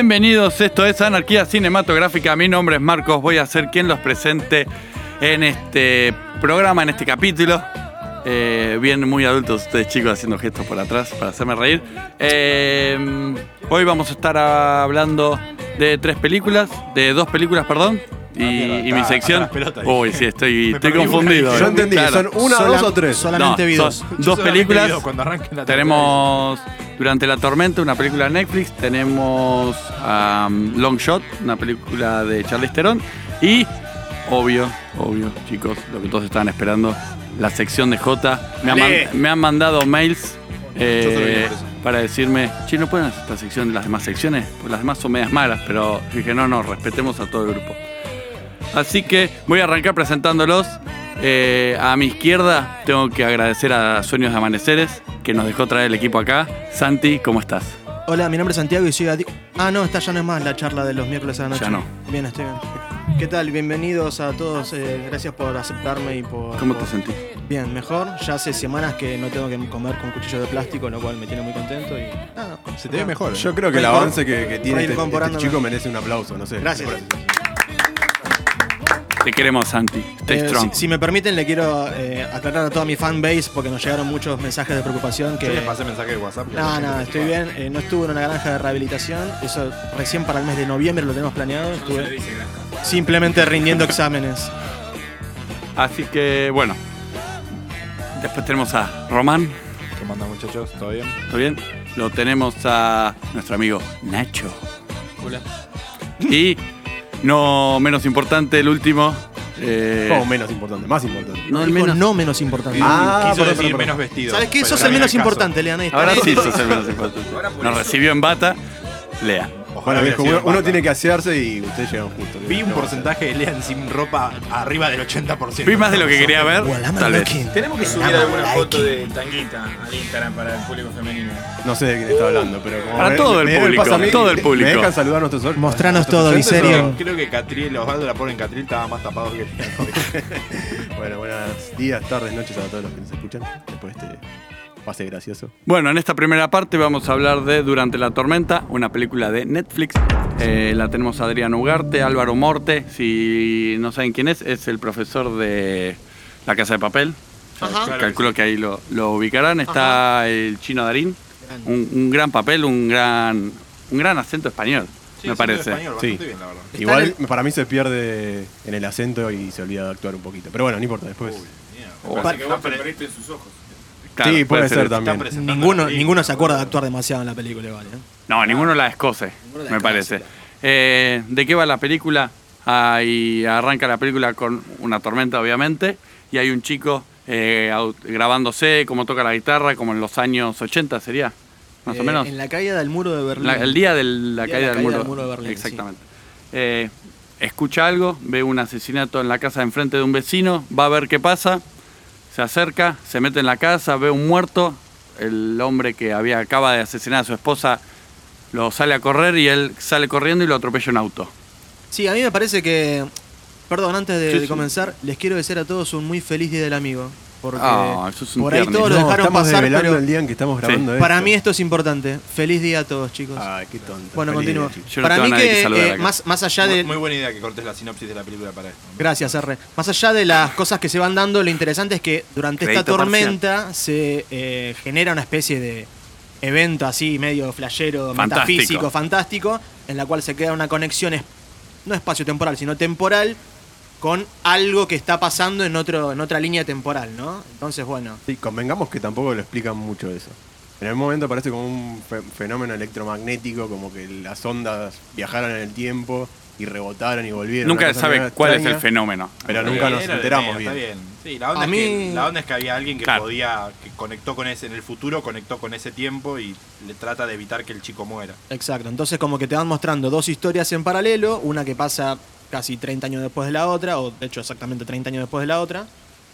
Bienvenidos, esto es Anarquía Cinematográfica. Mi nombre es Marcos, voy a ser quien los presente en este programa, en este capítulo. Bien, muy adultos ustedes, chicos, haciendo gestos por atrás para hacerme reír. Hoy vamos a estar hablando de dos películas, perdón. Y mi sección. Uy, sí, estoy confundido. Yo entendí, claro. ¿Son una, dos o tres? Solamente vi dos. Son dos películas. Tenemos Durante la Tormenta, una película de Netflix. Tenemos Long Shot, una película de Charlize Theron. Y, obvio, chicos, lo que todos estaban esperando, la sección de Jota. Me han mandado mails para decirme, che, ¿no pueden hacer esta sección las demás secciones? Pues las demás son medias malas, pero dije, no, respetemos a todo el grupo. Así que voy a arrancar presentándolos. A mi izquierda tengo que agradecer a Sueños de Amaneceres, que nos dejó traer el equipo acá. Santi, ¿cómo estás? Hola, mi nombre es Santiago y soy adicto. No, esta ya no es más la charla de los miércoles a la noche. Ya no. Bien, estoy bien. ¿Qué tal? Bienvenidos a todos. Gracias por aceptarme y por... ¿Cómo te sentís? Bien, mejor. Ya hace semanas que no tengo que comer con cuchillo de plástico, lo cual me tiene muy contento y... Se te ve mejor. Yo creo que el avance que tiene este chico merece un aplauso, no sé. Gracias. Te queremos, Santi. Stay strong. Si me permiten, le quiero aclarar a toda mi fanbase, porque nos llegaron muchos mensajes de preocupación. Que... Yo les pasé mensaje de WhatsApp. No, estoy bien. No estuve en una granja de rehabilitación. Eso recién para el mes de noviembre lo tenemos planeado. Estuve simplemente rindiendo exámenes. Así que, bueno. Después tenemos a Román. ¿Cómo andan, muchachos? ¿Todo bien? ¿Todo bien? Lo tenemos a nuestro amigo Nacho. Hola. Y, no menos importante, el último. ¿Cómo menos importante? Más importante. No, el menos. No menos importante. Quiso decir menos vestido. ¿Sabes qué? Sos el menos importante, Lean. Ahora sí sos el menos importante. Nos recibió en bata. Lea. Bueno, viejo, uno tiene que asearse y ustedes llegan justo. Vi un porcentaje de Lean sin ropa arriba del 80%. Vi más de lo que quería ver. Tal vez. Tenemos que subir alguna foto de Tanguita al Instagram para el público femenino. No sé de quién está hablando, pero como para todo el público. Todo el público. ¿Me dejan saludar a nuestros ojos? Mostranos todo, miserio. Creo que Catriel, Osvaldo, la pobre en Catriel, estaba más tapado que Bueno, buenos días, tardes, noches a todos los que nos escuchan. Después de este pase gracioso. Bueno, en esta primera parte vamos a hablar de Durante la Tormenta, una película de Netflix. La tenemos a Adrián Ugarte, Álvaro Morte. Si no saben quién es el profesor de La Casa de Papel. Ajá. Calculo que ahí lo ubicarán. Está el Chino Darín. Un gran papel, un gran acento español, me parece. Español, sí. Bien, la verdad. Igual para mí se pierde en el acento y se olvida de actuar un poquito. Pero bueno, no importa, después. Parece que vos te perdiste en sus ojos. Claro, sí, puede ser también. Ninguno se acuerda de actuar demasiado en la película, igual. No, ninguno la escoce, me parece. ¿De qué va la película? Ahí arranca la película con una tormenta, obviamente, y hay un chico grabándose cómo toca la guitarra, como en los años 80 sería, más o menos. En la caída del muro de Berlín. El día de la caída del muro de Berlín. Exactamente. Sí. Escucha algo, ve un asesinato en la casa de enfrente de un vecino, va a ver qué pasa. Se acerca, se mete en la casa, ve un muerto. El hombre que acaba de asesinar a su esposa lo sale a correr y él sale corriendo y lo atropella un auto. Sí, a mí me parece que... Perdón, antes de comenzar, les quiero desear a todos un muy feliz Día del Amigo. Porque eso es un por ahí tierno. todos lo dejaron estamos pasar, develando pero el día en que estamos grabando esto. para mí esto es importante. Feliz día a todos, chicos. Ay, qué tonto. Bueno, Feliz continúo. día, Yo no Para tengo mí a nadie que que saludar acá. más allá de... Muy buena idea que cortes la sinopsis de la película para esto. Gracias, R. Más allá de las cosas que se van dando, lo interesante es que durante esta Crédito tormenta se genera una especie de evento así, medio flashero, metafísico, fantástico, en la cual se crea una conexión, no espacio-temporal, sino temporal, con algo que está pasando en otra línea temporal, ¿no? Entonces, bueno. Sí, convengamos que tampoco lo explican mucho eso. En el momento parece como un fenómeno electromagnético, como que las ondas viajaron en el tiempo y rebotaron y volvieron. Nunca se sabe cuál es el fenómeno. Pero nunca nos enteramos Está bien. bien. Sí, la onda es que había alguien que que conectó con ese, en el futuro conectó con ese tiempo y le trata de evitar que el chico muera. Exacto. Entonces, como que te van mostrando dos historias en paralelo, una que pasa casi 30 años después de la otra, o de hecho exactamente 30 años después de la otra.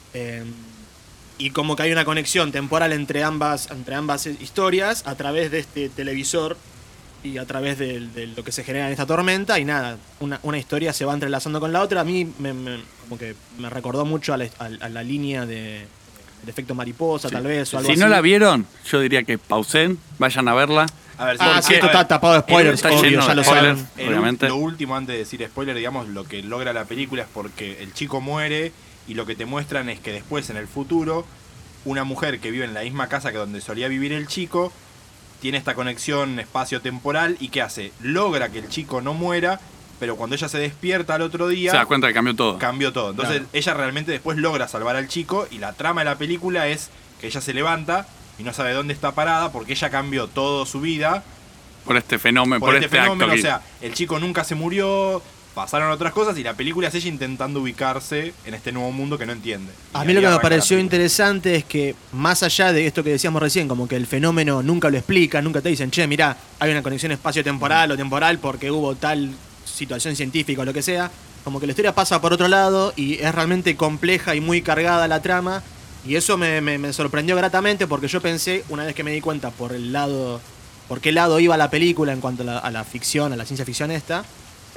Y como que hay una conexión temporal entre ambas historias a través de este televisor y a través de lo que se genera en esta tormenta. Y nada, una historia se va entrelazando con la otra. A mí como que me recordó mucho a la línea de efecto mariposa, tal vez, o algo si así. no la vieron, yo diría que pausen, vayan a verla. A ver, Sí, esto está tapado de spoilers, está obvio, lleno ya de lo spoilers. saben. Obviamente. Lo último antes de decir spoiler, digamos, lo que logra la película es porque el chico muere y lo que te muestran es que después en el futuro una mujer que vive en la misma casa que donde solía vivir el chico tiene esta conexión espacio-temporal y ¿qué hace? Logra que el chico no muera, pero cuando ella se despierta al otro día Se da cuenta que cambió todo. cambió todo. Entonces Claro. ella realmente después logra salvar al chico y la trama de la película es que ella se levanta y no sabe dónde está parada porque ella cambió toda su vida Por este fenómeno, por este fenómeno. acto. O sea, el chico nunca se murió, pasaron otras cosas y la película es ella intentando ubicarse en este nuevo mundo que no entiende. A Y mí lo ahí que me arranca la pareció película. interesante es que, más allá de esto que decíamos recién, como que el fenómeno nunca lo explica, nunca te dicen, che, mirá, hay una conexión espacio-temporal o temporal porque hubo tal situación científica o lo que sea, como que la historia pasa por otro lado y es realmente compleja y muy cargada la trama, y eso me sorprendió gratamente porque yo pensé, una vez que me di cuenta por qué lado iba la película en cuanto a la ficción, a la ciencia ficción esta,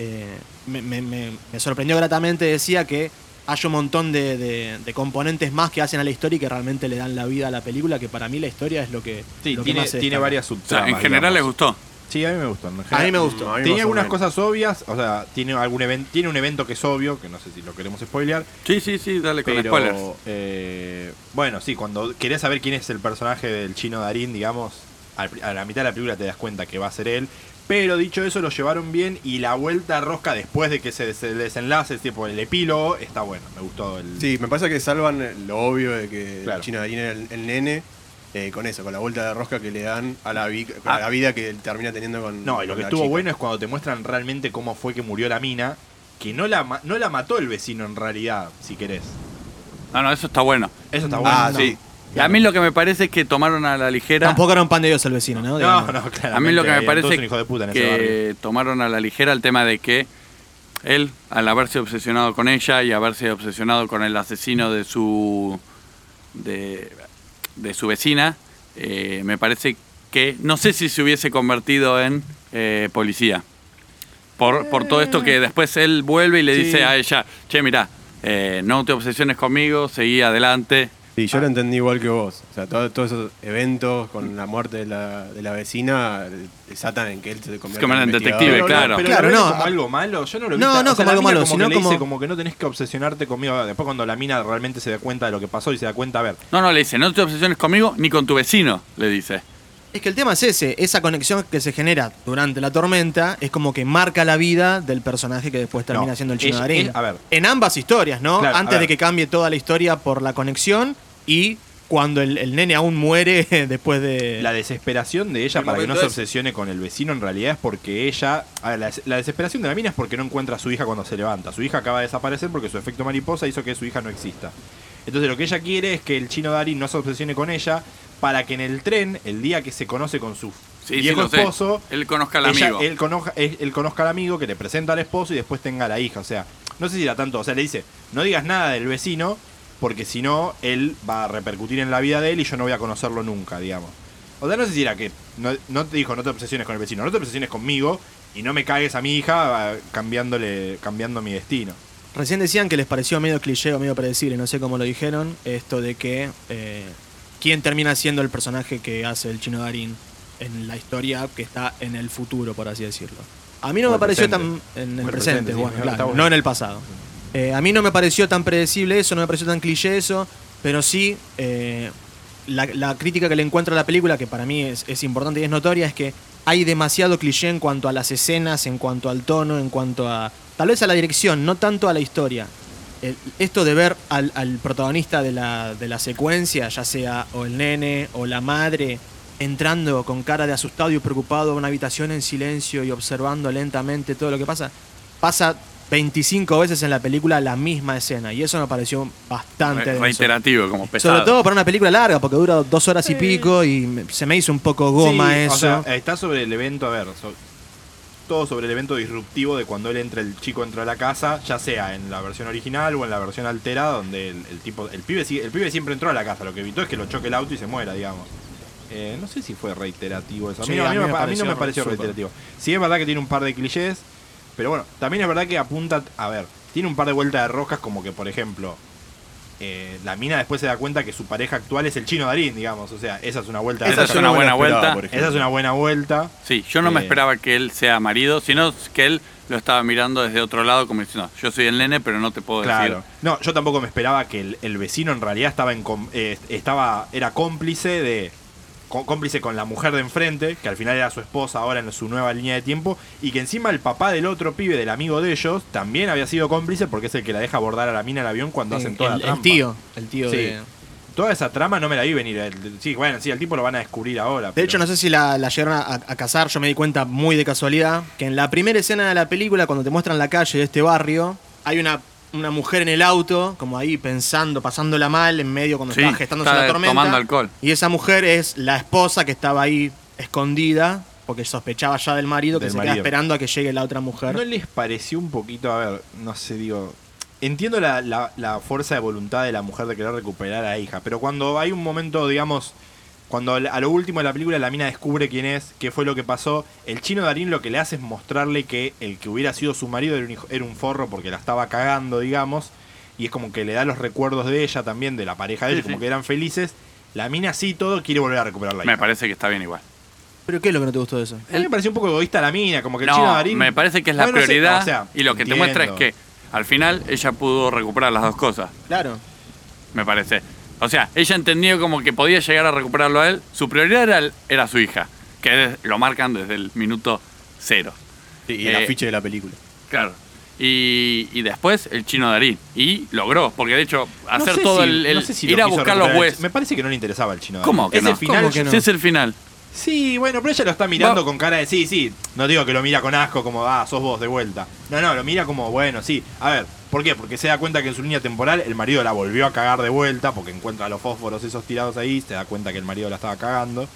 me sorprendió gratamente, decía que hay un montón de componentes más que hacen a la historia y que realmente le dan la vida a la película, que para mí la historia es lo que, Sí, lo que tiene, más se tiene destaca. varias O sea, subtramas. en general les digamos. gustó. Sí, a mí me gustó. A mí me gustó. A mí Tenía más o algunas menos. cosas obvias, o sea, tiene tiene un evento que es obvio, que no sé si lo queremos spoilear, Sí, dale con pero spoilers. bueno, sí, cuando querés saber quién es el personaje del chino Darín, digamos, a la mitad de la película te das cuenta que va a ser él. Pero dicho eso, lo llevaron bien y la vuelta a rosca después de que se desenlace, tipo el epílogo, está bueno. Me gustó el. Sí, me parece que salvan lo obvio de que Claro. el Chino Darín era el nene, con eso, con la vuelta de rosca que le dan a la vida que él termina teniendo con. No, y lo con que la estuvo chica. bueno es cuando te muestran realmente cómo fue que murió la mina, que no la mató el vecino en realidad, si querés. No, eso está bueno. Eso está bueno. Ah, No. sí. Y a mí lo que me parece es que tomaron a la ligera. Tampoco era un pan de Dios el vecino, ¿no? No, Digamos. no, claramente. A mí lo que me había todos parece un hijo de puta en ese barrio. que tomaron a la ligera el tema de que él, al haberse obsesionado con ella y haberse obsesionado con el asesino de su de su vecina, me parece que no sé si se hubiese convertido en policía. Por todo esto que después él vuelve y le Sí. dice a ella, che, mirá, no te obsesiones conmigo, seguí adelante. Sí, yo lo entendí igual que vos. O sea, todos esos eventos con la muerte de la vecina desatan en que él se convierte como en en investigador. detective, claro. Pero Claro, ¿lo ven no. como algo malo? Yo no lo vi. No, tan- no o sea, como la algo mina malo, como sino que le dice como- como que no tenés que obsesionarte conmigo. Después cuando la mina realmente se da cuenta de lo que pasó y se da cuenta, a ver, No, le dice, no te obsesiones conmigo ni con tu vecino, le dice. Es que el tema es ese, esa conexión que se genera durante la tormenta es como que marca la vida del personaje que después termina No, siendo el Chino ella- Darín. a ver. En ambas historias, ¿no? Claro, a Antes de ver. que cambie toda la historia por la conexión y cuando el nene aún muere después de... la desesperación de ella El para que no momento se ese. obsesione con el vecino en realidad es porque ella. A ver, la desesperación de la mina es porque no encuentra a su hija cuando se levanta. Su hija acaba de desaparecer porque su efecto mariposa hizo que su hija no exista. Entonces lo que ella quiere es que el chino Darín no se obsesione con ella para que en el tren, el día que se conoce con su viejo lo sé. esposo, Él conozca al ella- amigo. él conozca al amigo que le presenta al esposo y después tenga a la hija. O sea, no sé si era tanto. O sea, le dice, no digas nada del vecino porque si no, él va a repercutir en la vida de él y yo no voy a conocerlo nunca, digamos. O sea, no sé si era que no te dijo, no te obsesiones con el vecino, no te obsesiones conmigo y no me cagues a mi hija cambiando mi destino. Recién decían que les pareció medio cliché o medio predecible, no sé cómo lo dijeron, esto de que quién termina siendo el personaje que hace el Chino Darín en la historia que está en el futuro, por así decirlo. A mí no O me el pareció presente. tan... En O el el presente, presente, sí, bueno, está claro, bueno. no en el pasado. A mí no me pareció tan predecible eso, no me pareció tan cliché eso, pero sí la crítica que le encuentro a la película, que para mí es importante y es notoria, es que hay demasiado cliché en cuanto a las escenas, en cuanto al tono, en cuanto a... Tal vez a la dirección, no tanto a la historia. Esto de ver al protagonista de la secuencia, ya sea o el nene o la madre, entrando con cara de asustado y preocupado a una habitación en silencio y observando lentamente todo lo que pasa, pasa 25 veces en la película la misma escena, y eso me pareció bastante denso. Reiterativo, como pesado. Sobre todo para una película larga, porque dura 2 horas y pico, y se me hizo un poco goma Sí, eso. O sea, está sobre el evento, a ver, todo sobre el evento disruptivo de cuando el chico entra a la casa, ya sea en la versión original o en la versión alterada, donde el pibe siempre entró a la casa, lo que evitó es que lo choque el auto y se muera, digamos. No sé si fue reiterativo eso. A mí, Sí, no, a mí me no me pareció pareció súper. reiterativo. Sí es verdad que tiene un par de clichés, pero bueno, también es verdad que apunta, a ver, tiene un par de vueltas de roscas como que, por ejemplo, la mina después se da cuenta que su pareja actual es el Chino Darín, digamos. O sea, esa es una vuelta. Esa es una buena vuelta. Esa es una buena vuelta. Sí, yo no me esperaba que él sea marido, sino que él lo estaba mirando desde otro lado como diciendo, yo soy el nene, pero no te puedo decir. No, yo tampoco me esperaba que el vecino en realidad era cómplice con la mujer de enfrente, que al final era su esposa ahora en su nueva línea de tiempo, y que encima el papá del otro pibe, del amigo de ellos, también había sido cómplice porque es el que la deja abordar a la mina en el avión cuando hacen toda la trampa. El tío Sí. de... Toda esa trama no me la vi venir. Sí, bueno, sí, al tipo lo van a descubrir ahora. De hecho, no sé si la llegaron a cazar, yo me di cuenta muy de casualidad, que en la primera escena de la película, cuando te muestran la calle de este barrio, hay una mujer en el auto, como ahí pensando, pasándola mal, en medio cuando estaba gestándose la tormenta. Tomando alcohol. Y esa mujer es la esposa que estaba ahí escondida, porque sospechaba ya del marido, que se queda esperando a que llegue la otra mujer. ¿No les pareció un poquito, a ver, no sé, digo... Entiendo la fuerza de voluntad de la mujer de querer recuperar a la hija, pero cuando hay un momento, digamos, cuando a lo último de la película la mina descubre quién es, qué fue lo que pasó, el Chino Darín lo que le hace es mostrarle que el que hubiera sido su marido era un forro porque la estaba cagando, digamos, y es como que le da los recuerdos de ella también, de la pareja de ellos, como que eran felices. La mina sí todo quiere volver a recuperar la hija. Me parece que está bien igual. ¿Pero qué es lo que no te gustó de eso? A mí me pareció un poco egoísta la mina, como que el Chino Darín... me parece que es la prioridad, o sea, y lo que te muestra es que al final ella pudo recuperar las dos cosas. Claro. Me parece. O sea, ella entendió como que podía llegar a recuperarlo a él. Su prioridad era su hija, que lo marcan desde el minuto 0. Sí, y el afiche de la película. Claro. Y después el Chino Darín. Y logró, porque de hecho, hacer todo no sé si ir a buscar los huesos. Me parece que no le interesaba el Chino Darín. ¿Cómo que no? El final, ¿Cómo que no? Sí, es el final. Sí, bueno, pero ella lo está mirando con cara de sí. No digo que lo mira con asco como, sos vos de vuelta. No, lo mira como, bueno, sí. A ver, ¿por qué? Porque se da cuenta que en su línea temporal el marido la volvió a cagar de vuelta porque encuentra los fósforos esos tirados ahí, se da cuenta que el marido la estaba cagando.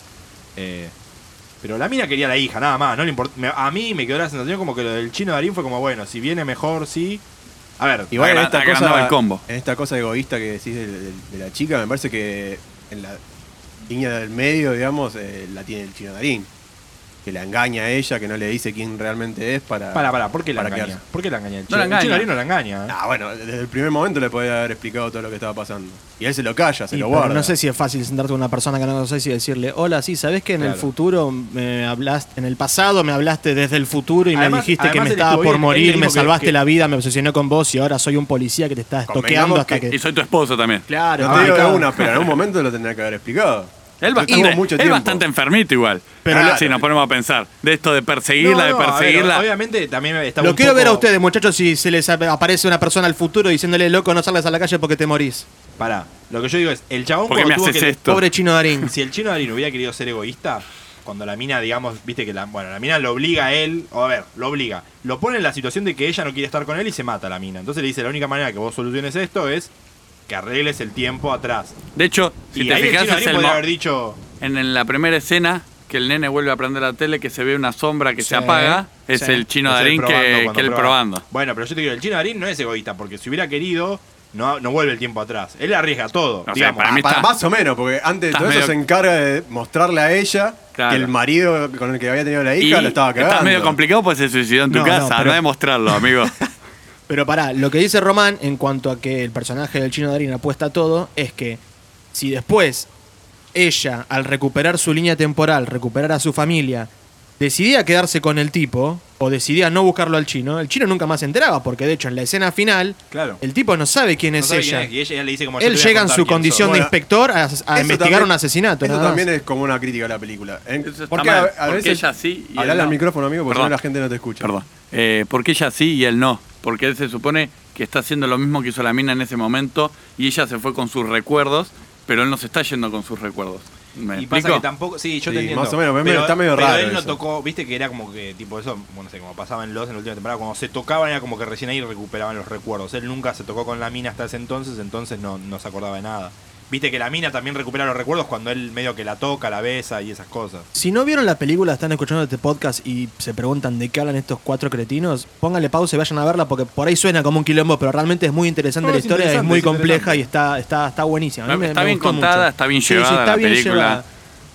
Pero la mina quería a la hija, nada más. No le a mí me quedó la sensación como que lo del Chino Darín fue como, bueno, si viene mejor, sí. A ver, igual el combo. En esta cosa egoísta que decís de la chica, me parece que en la línea del medio, digamos, la tiene el Chino Darín. Que la engaña a ella, que no le dice quién realmente es para... ¿por qué la engaña? quedarse. ¿Por qué la engaña el No la engaña. El Chino Darín no la engaña. Bueno, desde el primer momento le podía haber explicado todo lo que estaba pasando. Y él se lo calla, se lo pero guarda. no sé si es fácil sentarte con una persona que no conoces y decirle, hola, sí, ¿sabés que en el futuro me hablaste, en el pasado me hablaste desde el futuro y me dijiste que me estaba por morir, me salvaste la vida, me obsesioné con vos y ahora soy un policía que te está estoqueando hasta que... Y soy tu esposo también. Claro. No te digo de una, pero en algún momento lo tendría que haber explicado. Él mucho tiempo. bastante enfermito igual. Pero Pero si nos ponemos a pensar, de esto de perseguirla, de perseguirla. A ver, obviamente también está Lo quiero ver a ustedes, muchachos, si se les aparece una persona al futuro diciéndole, loco, no salgas a la calle porque te morís. Pará, lo que yo digo es, el chabón ¿Por qué cuando me tuvo haces que... esto? Pobre Chino Darín. Si el Chino Darín hubiera querido ser egoísta, cuando la mina, digamos, viste que la mina lo obliga a él, o a ver, lo obliga, lo pone en la situación de que ella no quiere estar con él y se mata a la mina. Entonces le dice, la única manera que vos soluciones esto es que arregles el tiempo atrás. De hecho, si y te ahí fijas, el Chino es Darín podría haber dicho... en la primera escena que el nene vuelve a prender la tele, que se ve una sombra que Sí, se apaga, es sí. el Chino es él Darín que él prueba. probando. Bueno, pero yo te digo, el Chino Darín no es egoísta, porque si hubiera querido, no vuelve el tiempo atrás. Él arriesga todo, sea, digamos. para mí está- Más o menos, porque antes de todo eso medio- se encarga de mostrarle a ella Claro. que el marido con el que había tenido la Y hija lo estaba cagando. está medio complicado pues se suicidó en tu No, casa, no, pero- no demostrarlo, amigo. Pero pará, lo que dice Román en cuanto a que el personaje del Chino Darín apuesta a todo es que si después ella, al recuperar su línea temporal, recuperar a su familia, decidía quedarse con el tipo o decidía no buscarlo al chino, el chino nunca más se enteraba, porque de hecho en la escena final Claro. el tipo no sabe quién No es sabe ella. quién es, y ella le dice como, yo Él te voy a llega en contar su quién condición sos. de Bueno, inspector a Eso investigar también- un asesinato. Eso nada también más. es como una crítica a la película. Eso está Porque mal, a porque veces... ella sí y él Hablale no. al micrófono, amigo, porque si no Perdón. la gente no te escucha. Perdón. Porque ella sí y él no. Porque él se supone que está haciendo lo mismo que hizo la mina en ese momento y ella se fue con sus recuerdos, pero él no se está yendo con sus recuerdos. ¿Me Y pasa explico? que tampoco, sí, yo Sí, te entiendo. más o menos, está medio pero raro él no eso. tocó, viste que era como que, tipo eso, bueno, no sé, como pasaba en Lost en la última temporada, cuando se tocaban era como que recién ahí recuperaban los recuerdos. Él nunca se tocó con la mina hasta ese entonces no se acordaba de nada. Viste que la mina también recupera los recuerdos cuando él medio que la toca, la besa y esas cosas. Si no vieron la película, están escuchando este podcast y se preguntan de qué hablan estos cuatro cretinos, pónganle pausa y vayan a verla porque por ahí suena como un quilombo, pero realmente es muy interesante No, la es historia, es interesante, muy es compleja interesante. y está buenísima. A mí Está me bien gustó contada, mucho. está bien Sí, llevada está la bien película. llevada.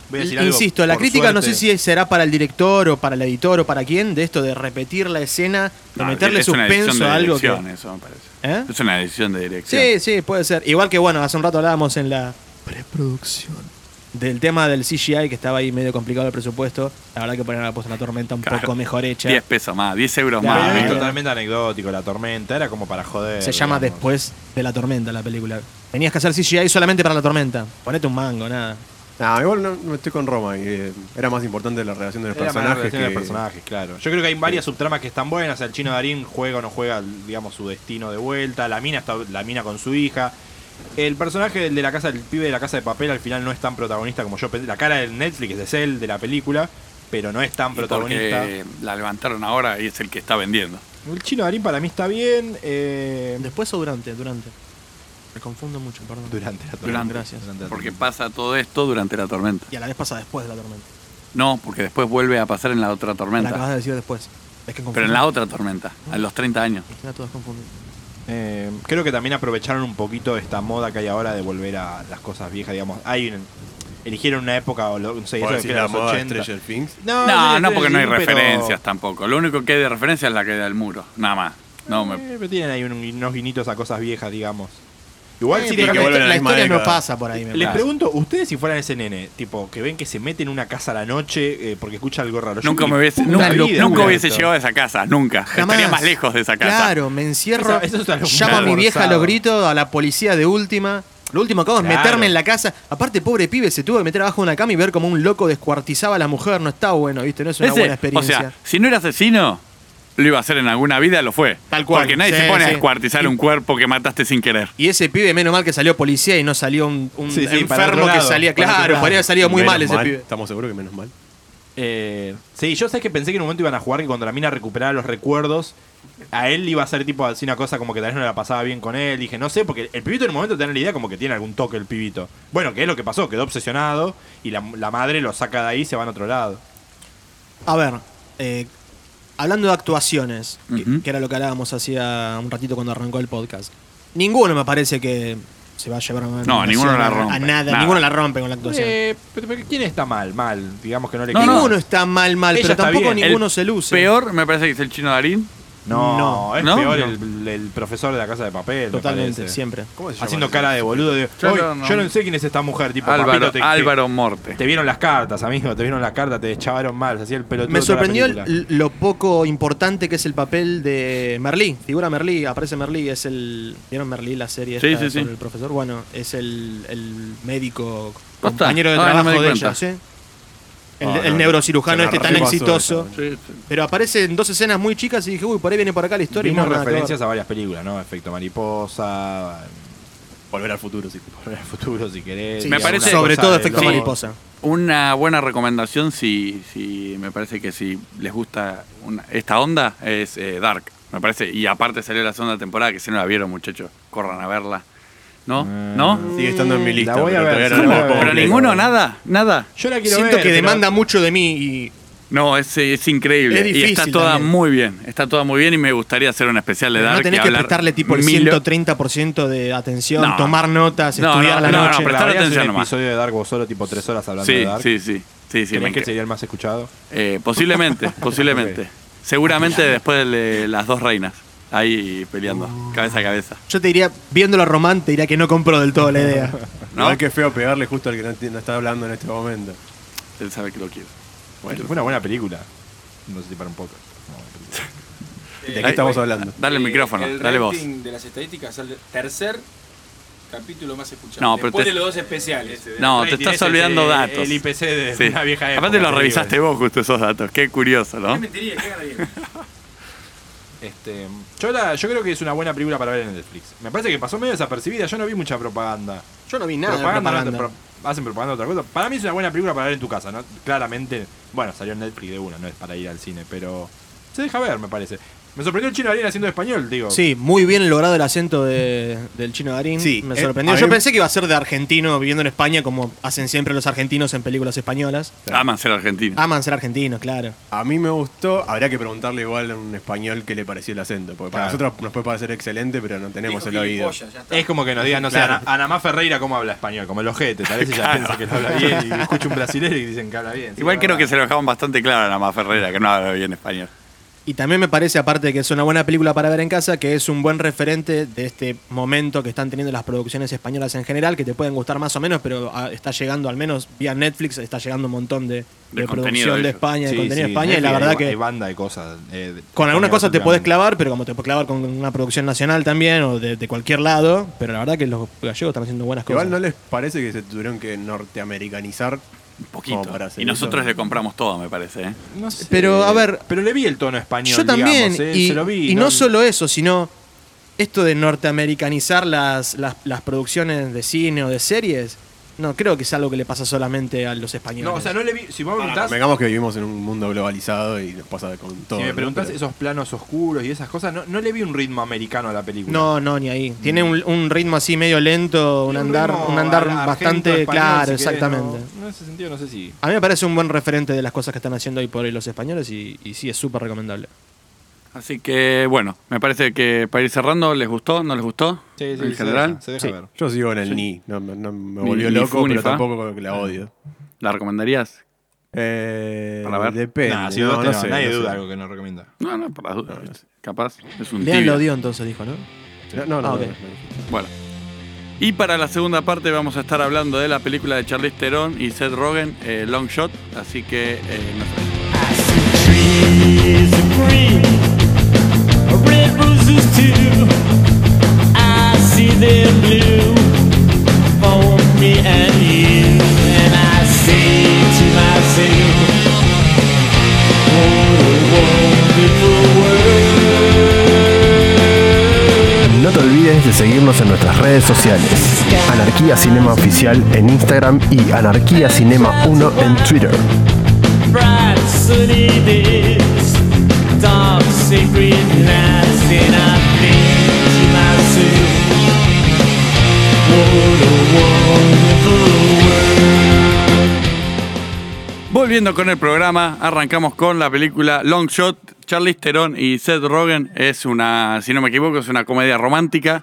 voy a decir algo, Insisto, la por crítica no sé suerte. si será para el director o para el editor o para quién, de esto de repetir la escena, de No, meterle es una decisión suspenso de a algo que... dirección, eso me parece. ¿Eh? Es una decisión de dirección. Sí, sí, puede ser. Igual que, bueno, hace un rato hablábamos en la preproducción del tema del CGI, que estaba ahí medio complicado el presupuesto. La verdad que poner la puesta en la tormenta un Claro. poco mejor hecha. 10 pesos más, 10 euros Claro, más. Pero es ¿eh? totalmente anecdótico, la tormenta, era como para joder. Se llama digamos. Después de la tormenta la película. Tenías que hacer CGI solamente para la tormenta. Ponete un mango, nada. No, igual no estoy con Roma. Era más importante la relación de los Era más la personajes relación que... de personajes, claro. Yo creo que hay varias subtramas que están buenas. El chino Darín juega o no juega, digamos, su destino de vuelta. La mina con su hija. El personaje de la casa, el pibe de la casa de papel, al final no es tan protagonista como yo pensé. La cara del Netflix es él, de la película, pero no es tan Y protagonista. porque la levantaron ahora y es el que está vendiendo. El chino Darín para mí está bien. ¿Después o durante? Durante. Me confundo mucho, perdón. Durante la tormenta. Durante. Gracias. Durante la Porque tormenta. pasa todo esto durante la tormenta. Y a la vez pasa después de la tormenta. No, porque después vuelve a pasar en la otra La acabas tormenta. de decir después. Es que Pero en la otra tormenta, a los 30 años. Están todos confundidos. Creo que también aprovecharon un poquito esta moda que hay ahora de volver a las cosas viejas, digamos. Eligieron una época, o no sé, ¿Puedo eso decir que era la los moda de 80. Stranger Things? No, porque no hay pero- referencias tampoco. Lo único que hay de referencia es la que da el muro, nada más. No me... Pero tienen ahí unos guinitos a cosas viejas, digamos. Igual sí pero que que vuelven a la la misma historia no década. pasa por ahí, me les parece. pregunto, ustedes si fueran ese nene, tipo, que ven que se mete en una casa a la noche porque escucha algo raro. Yo Nunca ni me hubiese, puta nunca, vida nunca hubiera hubiese esto. llegado a esa casa, nunca. Jamás. Estaría más lejos de esa casa. Claro, me encierro, Eso es algo llamo a mi vieja a forzado. los gritos, a la policía de última. Lo último que hago es Claro. meterme en la casa. Aparte, pobre pibe, se tuvo que meter abajo de una cama y ver como un loco descuartizaba a la mujer. No está bueno, ¿viste? No es una Ese- buena o experiencia. sea, si no era asesino, lo iba a hacer en alguna vida, lo fue. Tal cual. Porque nadie Sí, se pone a sí. descuartizar Y- un cuerpo que mataste sin querer. Y ese pibe, menos mal que salió policía y no salió un Sí, sí, para enfermo otro que lado, salía. para otro Claro, lado. podría haber salido muy Menos mal ese pibe. Estamos seguros que menos mal. Sí, yo sé que pensé que en un momento iban a jugar que cuando la mina recuperara los recuerdos, a él iba a ser tipo así una cosa como que tal vez no la pasaba bien con él. Dije, no sé, porque el pibito en un momento tiene la idea como que tiene algún toque el pibito. Bueno, que es lo que pasó, quedó obsesionado y la madre lo saca de ahí y se va a otro lado. A ver, hablando de actuaciones, Ujú. que era lo que hablábamos hacía un ratito cuando arrancó el podcast. Ninguno me parece que se va a llevar a una No, ninguno la rompe. a nada, Nada. ninguno la rompe con la actuación. Pero ¿quién está mal? Mal, digamos que no le No, queda. Ninguno está mal, Ella pero está tampoco bien. ninguno El se luce. Peor me parece que es el chino Darín. No, es ¿No? peor No. el profesor de la casa de papel. me Totalmente, parece. siempre. ¿Cómo se llama Haciendo ese? cara de boludo. Yo Yo no sé quién es esta mujer, tipo Álvaro, papito, Álvaro Morte. te vieron las cartas, amigo, te vieron las cartas, te deschavaron mal, se hacía el pelotudo. Me toda la sorprendió película. lo poco importante que es el papel de Merlí. Figura Merlí, aparece Merlí, es el... ¿Vieron Merlí la serie Sí, esta sí, sí. sobre el profesor? Bueno, es el médico ¿Posta? compañero de Ah, no me trabajo di de cuenta. ella, ¿sí? El, Ah, el no, neurocirujano se este me tan repasó exitoso. eso. Sí, sí. Pero aparece en dos escenas muy chicas y dije, uy, por ahí viene por acá la historia. y Vimos no, nada que ver. referencias a varias películas, ¿no? Efecto Mariposa, Volver al futuro, sí. Volver al futuro si querés. Sí, Me digamos, parece- una sobre cosa todo de efecto loco. mariposa. Una buena recomendación, si me parece que si les gusta esta onda, es Dark. Me parece. Y aparte salió la segunda temporada, que si no la vieron, muchachos, corran a verla. ¿No? ¿No? Sigue estando en mi lista. La voy a pero ver, todavía sí, no la la voy a puedo ver. Pero creer. ninguno, nada. Yo la quiero Siento ver, que pero- demanda mucho de mí y No, es increíble. Es difícil y está toda también. muy bien. Está toda muy bien y me gustaría hacer un especial de Dark. no tenés y que hablar prestarle tipo el 130% de atención, No. tomar notas, No, estudiar a la no, noche. no, prestar ¿Grabarías atención un nomás. episodio de Dark vos solo tipo 3 horas hablando de Sí, Dark? sí, sí. Sí, ¿Crees que enc- sería el más escuchado? Posiblemente. Ok. Seguramente después de las dos reinas. Ahí peleando, cabeza a cabeza. Yo te diría, viéndolo a Román, te diría que no compro del todo la idea. ¿No? Igual que feo pegarle justo al que no está hablando en este momento. Él sabe que lo quiero. Fue una buena película. No sé si para un poco. ¿De qué estamos hablando? Dale el micrófono, El dale vos. rating de las estadísticas es el tercer capítulo más escuchado. No, pero después te- de los dos especiales. No, te estás olvidando datos. El IPC de Sí. una vieja época. Aparte lo te digo. revisaste vos justo esos datos. Qué curioso, ¿no? Es mentira, cágala bien. Yo creo que es una buena película para ver en Netflix. Me parece que pasó medio desapercibida. Yo no vi mucha propaganda. Yo no vi nada de Propaganda, no te propaganda. hacen propaganda de otra cosa. Para mí es una buena película para ver en tu casa, ¿no? Claramente, bueno, salió en Netflix de una, no es para ir al cine, pero se deja ver, me parece. Me sorprendió el Chino Darín haciendo español, digo. Sí, muy bien logrado el acento del Chino Darín. Sí, me sorprendió. a Yo mí- pensé que iba a ser de argentino viviendo en España, como hacen siempre los argentinos en películas españolas. Aman ser argentinos. Aman ser argentinos, claro. A mí me gustó, habría que preguntarle igual en español qué le pareció el acento, porque para Claro. nosotros nos puede parecer excelente, pero no tenemos el oído. Es como que nos digan, no sé, Claro. Ana Má Ferreira cómo habla español, como el ojete. Tal vez ella piensa que lo habla bien y escucha un brasilero y dicen que habla bien. Sí, Igual es creo que verdad. se lo dejaban bastante claro a la más Ferrera, que no habla bien español. Y también me parece, aparte de que es una buena película para ver en casa, que es un buen referente de este momento que están teniendo las producciones españolas en general, que te pueden gustar más o menos, pero está llegando, al menos vía Netflix, está llegando un montón de contenido producción de de ellos. España, de Sí, contenido sí, de España, y la hay- verdad hay que banda de cosas. con algunas cosas te podés podés clavar, pero como te podés clavar con una producción nacional también, o de cualquier lado, pero la verdad que los gallegos están haciendo buenas cosas. Igual no les parece que se tuvieron que norteamericanizar Un poquito. como para hacer Y nosotros eso? le compramos todo, me parece. ¿eh? No sé. Pero, a ver, Pero le vi el tono español. Yo también, digamos, y, se lo vi. y no solo eso, sino esto de norteamericanizar las producciones de cine o de series, no creo que es algo que le pasa solamente a los españoles. No, o sea, no le vi. Si vos me preguntás, Convengamos que vivimos en un mundo globalizado y nos pasa con todo. si me ¿no? preguntás Pero- esos planos oscuros y esas cosas, no le vi un ritmo americano a la película. No, ni ahí. Tiene un ritmo así medio lento, un Tiene andar, ritmo un andar argento, bastante español, claro, si querés, exactamente. No, en ese sentido no sé si. A mí me parece un buen referente de las cosas que están haciendo hoy por hoy los españoles y sí, es súper recomendable. Así que, bueno, me parece que para ir cerrando, ¿les gustó? ¿No les gustó? En general. Se deja ver. Yo sigo en el Sí. ni. No, me Ni- volvió ni loco, fu ni pero fa. tampoco que la odio. ¿La recomendarías? Para ver. Depende. Nah, si no, vos no no, sé, nadie no sé. duda algo que no recomienda. No, por las dudas. Capaz, es un Lean tibio. lo dio entonces, dijo, ¿no? No, ok. Bueno. Y para la segunda parte vamos a estar hablando de la película de Charlize Theron y Seth Rogen, Long Shot. Así que nos vemos. Trees of green, red roses too. I see them blue for me and you. And I say to myself, what a wonderful world. No te olvides de seguirnos en nuestras redes sociales. Anarquía Cinema Oficial en Instagram y Anarquía Cinema 1 en Twitter. Bright sunny days, dark sacred nights, and I think to myself, what a wonderful world. Volviendo con el programa, arrancamos con la película Long Shot. Charlize Theron y Seth Rogen es una, si no me equivoco, es una comedia romántica.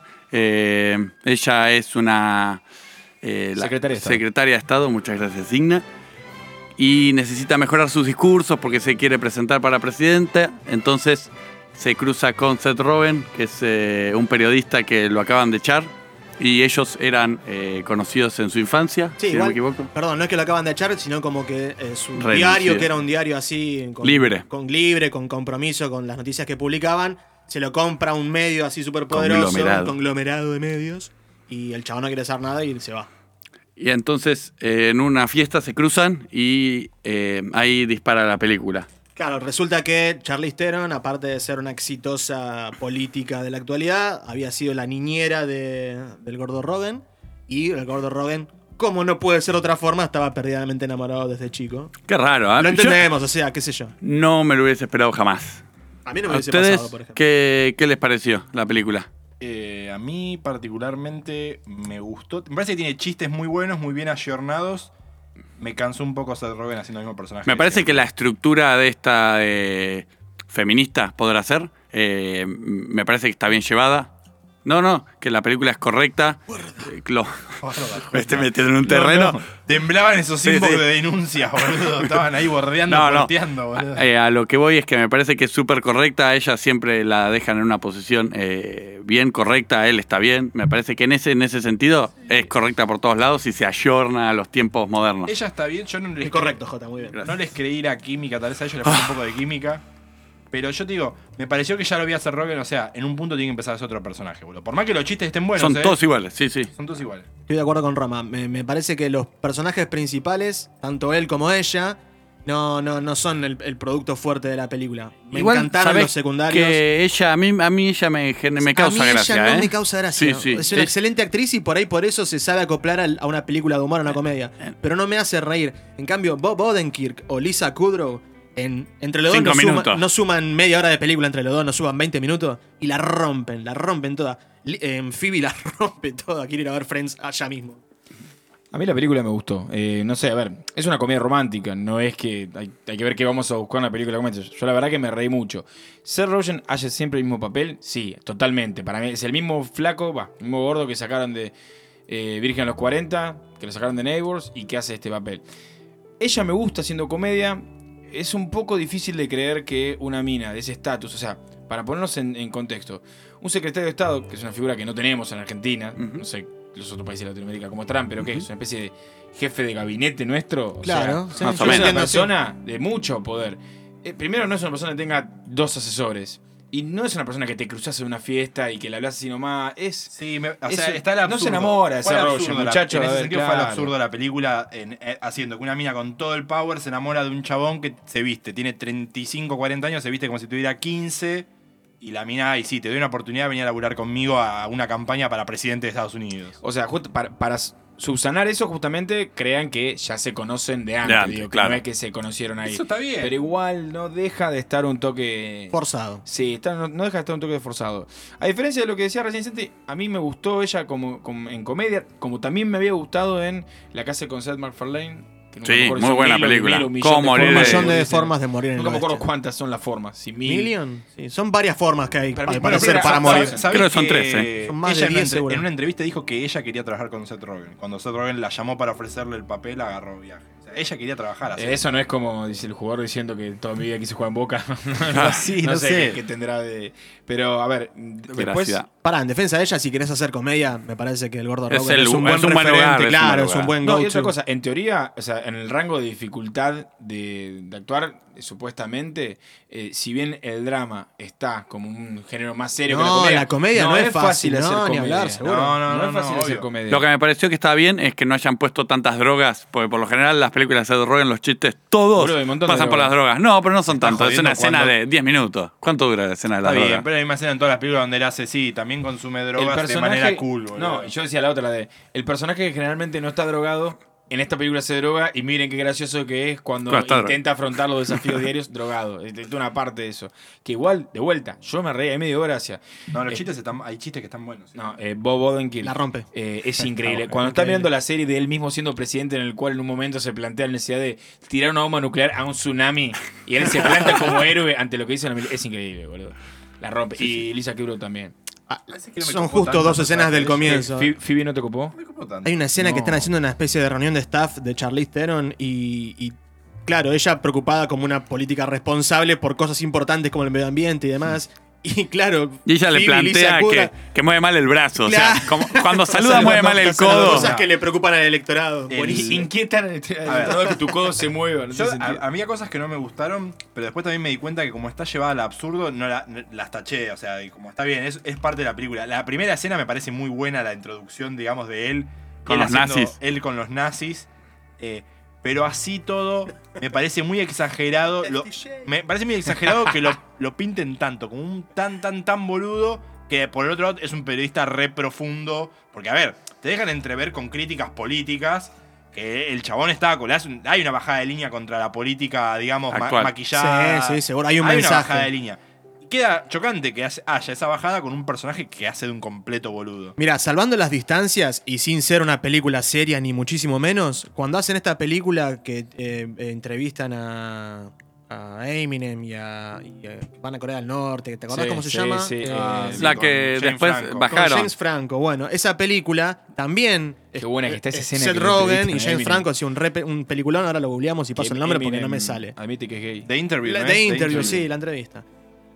Ella es una la secretaria de Estado, muchas gracias, Signa. Y necesita mejorar sus discursos porque se quiere presentar para presidenta. Entonces se cruza con Seth Rogen, que es un periodista que lo acaban de echar. Y ellos eran conocidos en su infancia, Sí, si igual, no me equivoco. Perdón, no es que lo acaban de echar, sino como que su Reducido. diario, que era un diario así... Libre. Con compromiso con las noticias que publicaban, se lo compra un medio así súper poderoso, Conglomerado. un conglomerado de medios, y el chabón no quiere hacer nada y se va. Y entonces en una fiesta se cruzan y ahí dispara la película. Claro, resulta que Charlize Theron, aparte de ser una exitosa política de la actualidad, había sido la niñera del gordo Rogen, y el gordo Rogen, como no puede ser de otra forma, estaba perdidamente enamorado desde chico. Qué raro, ¿eh? Lo entendemos, o sea, qué sé yo. No me lo hubiese esperado jamás. A mí no ¿A me hubiese ustedes pasado, por ejemplo. qué les pareció la película? A mí particularmente me gustó. Me parece que tiene chistes muy buenos, muy bien ayornados. Me cansó un poco Seth Rogen haciendo el mismo personaje. Me parece que la estructura de esta feminista podrá ser. Me parece que está bien llevada. No, que la película es correcta. Me estoy metiendo en un terreno. Temblaban esos Sí, símbolos sí. de denuncias, boludo. Estaban ahí bordeando, No. volteando, boludo. A lo que voy es que me parece que es súper correcta. A ella siempre la dejan en una posición bien correcta. Él está bien. Me parece que en ese sentido es correcta por todos lados y se ayorna a los tiempos modernos. Ella está bien, yo no les Es correcto, Jota, muy bien. No les creí la química, tal vez a ellos les falta un poco de química. Pero yo te digo, me pareció que ya lo vi a hacer Rogen, o sea, en un punto tiene que empezar a ser otro personaje, boludo. Por más que los chistes estén buenos, Son todos iguales, sí. Son todos iguales. Estoy de acuerdo con Roma. Me parece que los personajes principales, tanto él como ella, no son el producto fuerte de la película. Me encantaron ¿sabés los secundarios. Que ella, a mí ella me causa a mí gracia. ella no ¿eh? me causa gracia. Sí. Es una excelente actriz y por eso se sabe acoplar a una película de humor, a una comedia. Pero no me hace reír. En cambio, Bob Odenkirk o Lisa Kudrow Entre los 5 dos minutos. no suman media hora de película entre los dos, no suman 20 minutos y la rompen toda. Phoebe la rompe toda. Quiero ir a ver Friends allá mismo. A mí la película me gustó. No sé, a ver, es una comedia romántica. No es que hay que ver qué vamos a buscar en la película. Yo la verdad que me reí mucho. Seth Rogen hace siempre el mismo papel. Sí, totalmente. Para mí es el mismo flaco, el mismo gordo que sacaron de Virgen a los 40, que lo sacaron de Neighbors y que hace este papel. Ella me gusta haciendo comedia. Es un poco difícil de creer que una mina de ese estatus, o sea, para ponernos en contexto, un secretario de Estado, que es una figura que no tenemos en Argentina, no sé los otros países de Latinoamérica cómo estarán, pero que es una especie de jefe de gabinete nuestro, Claro, o sea, más o es menos. una persona de mucho poder. Primero, no es una persona que tenga 2 asesores. Y no es una persona que te cruzas en una fiesta y que le hablas así nomás. Sí, Eso- está el absurdo. no se enamora de Fue el Seth absurdo Rogen, la- muchacho, En a ese ver, sentido fue el claro. absurdo de la película haciendo que una mina con todo el power se enamora de un chabón que se viste. Tiene 35, 40 años, se viste como si tuviera 15. Y la mina, y sí, te doy una oportunidad de venir a laburar conmigo a una campaña para presidente de Estados Unidos. O sea, justo para subsanar eso, justamente crean que ya se conocen de antes. antes, Digo, que claro. no es que se conocieron ahí. Eso está bien. Pero igual no deja de estar un toque. Forzado. Sí, no deja de estar un toque forzado. A diferencia de lo que decía recién Santi, a mí me gustó ella como en comedia, como también me había gustado en La casa con Seth MacFarlane. Que nunca Sí, me acuerdo muy si son buena 1000 o película. 1000 o un ¿Cómo millón morir Un de- millón de dicen. formas de morir en el Nunca me acuerdo oeste. cuántas son las formas. Si 1000. ¿Million? Sí, son varias formas que hay, Para mí- al bueno, parecer, pero para morir. ¿Sabés Creo que son 13. Son más ella de en una 10 seguro. en una entrevista dijo que ella quería trabajar con Seth Rogen. Cuando Seth Rogen la llamó para ofrecerle el papel, agarró viaje. O sea, ella quería trabajar así. Eso no es como dice el jugador diciendo que toda mi vida quise jugar en Boca. Sí, no no sé sé. qué tendrá de. Pero a ver, después. Veracidad. Pará, en defensa de ella, si querés hacer comedia, me parece que el gordo Es Rogen el- es un buen es un buen referente, lugar, es un claro, buen es un lugar. buen No, y go-to. otra cosa, en teoría, o sea, en el rango de dificultad de actuar, supuestamente, si bien el drama está como un género más serio que No, la la comedia no es fácil, hacer no, ni comedia. hablar, seguro. No es fácil hacer obvio. comedia. Lo que me pareció que estaba bien es que no hayan puesto tantas drogas, porque por lo general las películas de Seth Rogen, los chistes, todos Boludo, hay un montón de pasan por drogas. las drogas. No, pero no son Estás tantos, es una jodiendo escena cuando- de 10 minutos. ¿Cuánto dura la escena de las Está bien, drogas? pero hay más escena en todas las películas donde él hace, sí, también consume El drogas de personaje, manera cool, boludo. no, yo decía la otra, la de el personaje que generalmente no está drogado, en esta película se droga y miren qué gracioso que es cuando Claro, está intenta afrontar los desafíos diarios drogado. Es una parte de eso. Que igual, de vuelta, yo me reí, a mí me dio gracia. No, los chistes hay chistes que están buenos. ¿sí? No, Bob Odenkirk La rompe. es increíble. bueno, Cuando está increíble. mirando la serie de él mismo siendo presidente, en el cual en un momento se plantea la necesidad de tirar una bomba nuclear a un tsunami y él se planta como héroe ante lo que dice la milicia, es increíble, boludo. La rompe. Y Lisa Kudrow también. Son justo dos escenas del comienzo. Phoebe no te ocupó. Hay una escena que están haciendo una especie de reunión de staff de Charlize Theron y claro, ella preocupada como una política responsable por cosas importantes como el medio ambiente y demás. Y claro, Y ella le Phoebe y Lisa plantea Kudrow- que mueve mal el brazo. O sea, Claro. como- cuando saluda mueve mal el Son codo. cosas que le preocupan al electorado. Inquietan al electorado que tu codo se mueva. No Yo, tiene sentido. a mí hay cosas que no me gustaron, pero después también me di cuenta que como está llevada al absurdo, no las taché. O sea, y como está bien, es parte de la película. La primera escena me parece muy buena, la introducción, digamos, de él. Con él los nazis. Él con los nazis. Pero así todo, me parece muy exagerado. Me parece muy exagerado que lo pinten tanto, como un tan boludo, que por el otro lado es un periodista re profundo. Porque, a ver, te dejan entrever con críticas políticas que el chabón estaba con... Hay una bajada de línea contra la política, digamos, Actual. maquillada. Sí, seguro. Hay un Hay mensaje. una bajada de línea. Y queda chocante que haya esa bajada con un personaje que hace de un completo boludo. Mira, salvando las distancias y sin ser una película seria ni muchísimo menos, cuando hacen esta película que entrevistan a Eminem y van a Corea del Norte, ¿te acordás Sí, cómo se sí, llama? sí. La con que James después Franco. Con bajaron. James Franco. Bueno, esa película también. Qué buena que está esa escena Seth que lo Rogen y entrevistan a James Eminem. Franco hacía un peliculón, ahora lo googleamos y paso el nombre porque no me sale. Admite que es gay. The Interview, ¿no es? The Interview, sí, la entrevista.